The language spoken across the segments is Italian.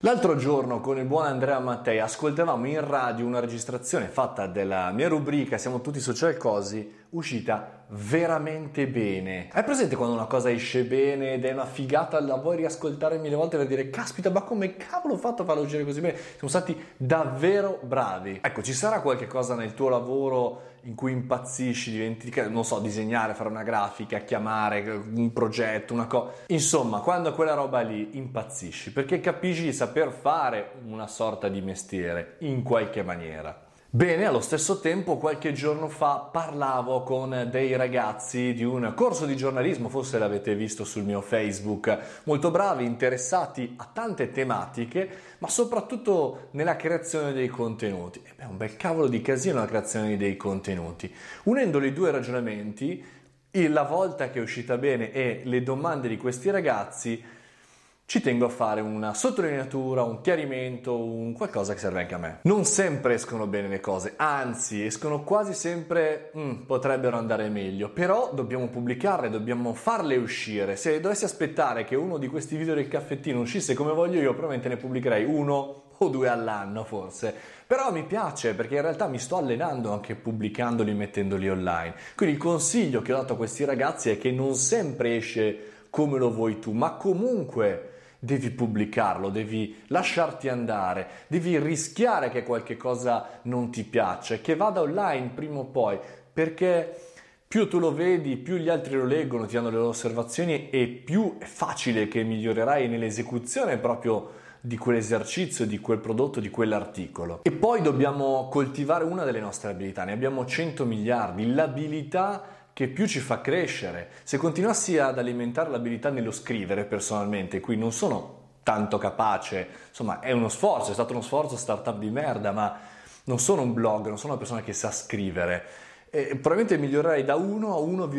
L'altro giorno con il buon Andrea Mattei ascoltavamo in radio una registrazione fatta della mia rubrica Siamo tutti social cosi, uscita veramente bene. Hai presente quando una cosa esce bene ed è una figata, la vuoi riascoltare mille volte per dire caspita, ma come cavolo ho fatto a farla uscire così bene? Siamo stati davvero bravi. Ecco, ci sarà qualche cosa nel tuo lavoro in cui impazzisci, diventi, non so, disegnare, fare una grafica, chiamare un progetto, una cosa. Insomma, quando quella roba lì impazzisci, perché capisci di saper fare una sorta di mestiere, in qualche maniera. Bene, allo stesso tempo qualche giorno fa parlavo con dei ragazzi di un corso di giornalismo, forse l'avete visto sul mio Facebook, molto bravi, interessati a tante tematiche, ma soprattutto nella creazione dei contenuti. E beh, un bel cavolo di casino la creazione dei contenuti. Unendo i due ragionamenti, la volta che è uscita bene e le domande di questi ragazzi, ci tengo a fare una sottolineatura, un chiarimento, un qualcosa che serve anche a me. Non sempre escono bene le cose, anzi escono quasi sempre potrebbero andare meglio, però dobbiamo pubblicarle, dobbiamo farle uscire. Se dovessi aspettare che uno di questi video del caffettino uscisse come voglio io, probabilmente ne pubblicherei uno o due all'anno forse. Però mi piace perché in realtà mi sto allenando anche pubblicandoli e mettendoli online. Quindi il consiglio che ho dato a questi ragazzi è che non sempre esce come lo vuoi tu, ma comunque devi pubblicarlo, devi lasciarti andare, devi rischiare che qualche cosa non ti piaccia, che vada online prima o poi, perché più tu lo vedi, più gli altri lo leggono, ti danno le loro osservazioni e più è facile che migliorerai nell'esecuzione proprio di quell'esercizio, di quel prodotto, di quell'articolo. E poi dobbiamo coltivare una delle nostre abilità, ne abbiamo 100 miliardi, l'abilità che più ci fa crescere. Se continuassi ad alimentare l'abilità nello scrivere personalmente, qui non sono tanto capace, insomma è uno sforzo, è stato uno sforzo startup di merda, ma non sono un blogger, non sono una persona che sa scrivere. E probabilmente migliorerei da 1 a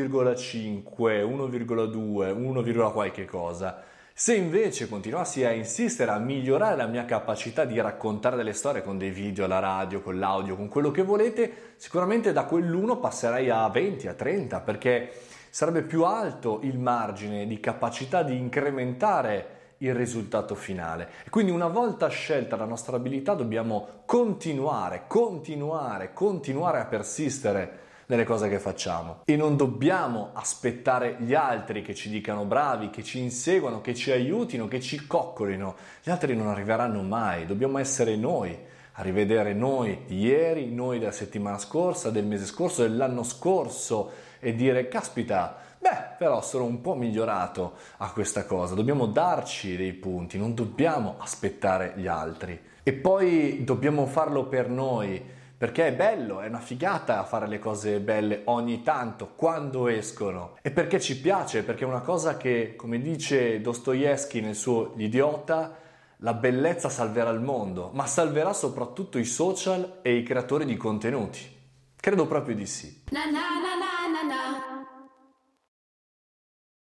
1,5, 1,2, 1, qualche cosa. Se invece continuassi a insistere a migliorare la mia capacità di raccontare delle storie con dei video alla radio, con l'audio, con quello che volete, sicuramente da quell'1 passerei a 20, a 30, perché sarebbe più alto il margine di capacità di incrementare il risultato finale. E quindi una volta scelta la nostra abilità dobbiamo continuare a persistere nelle cose che facciamo e non dobbiamo aspettare gli altri che ci dicano bravi, che ci inseguano, che ci aiutino, che ci coccolino. Gli altri non arriveranno mai, dobbiamo essere noi a rivedere noi di ieri, noi della settimana scorsa, del mese scorso, dell'anno scorso e dire caspita, però sono un po' migliorato a questa cosa, dobbiamo darci dei punti, non dobbiamo aspettare gli altri e poi dobbiamo farlo per noi. Perché è bello, è una figata fare le cose belle ogni tanto, quando escono. E perché ci piace, perché è una cosa che, come dice Dostoevsky nel suo L'idiota, la bellezza salverà il mondo, ma salverà soprattutto i social e i creatori di contenuti. Credo proprio di sì.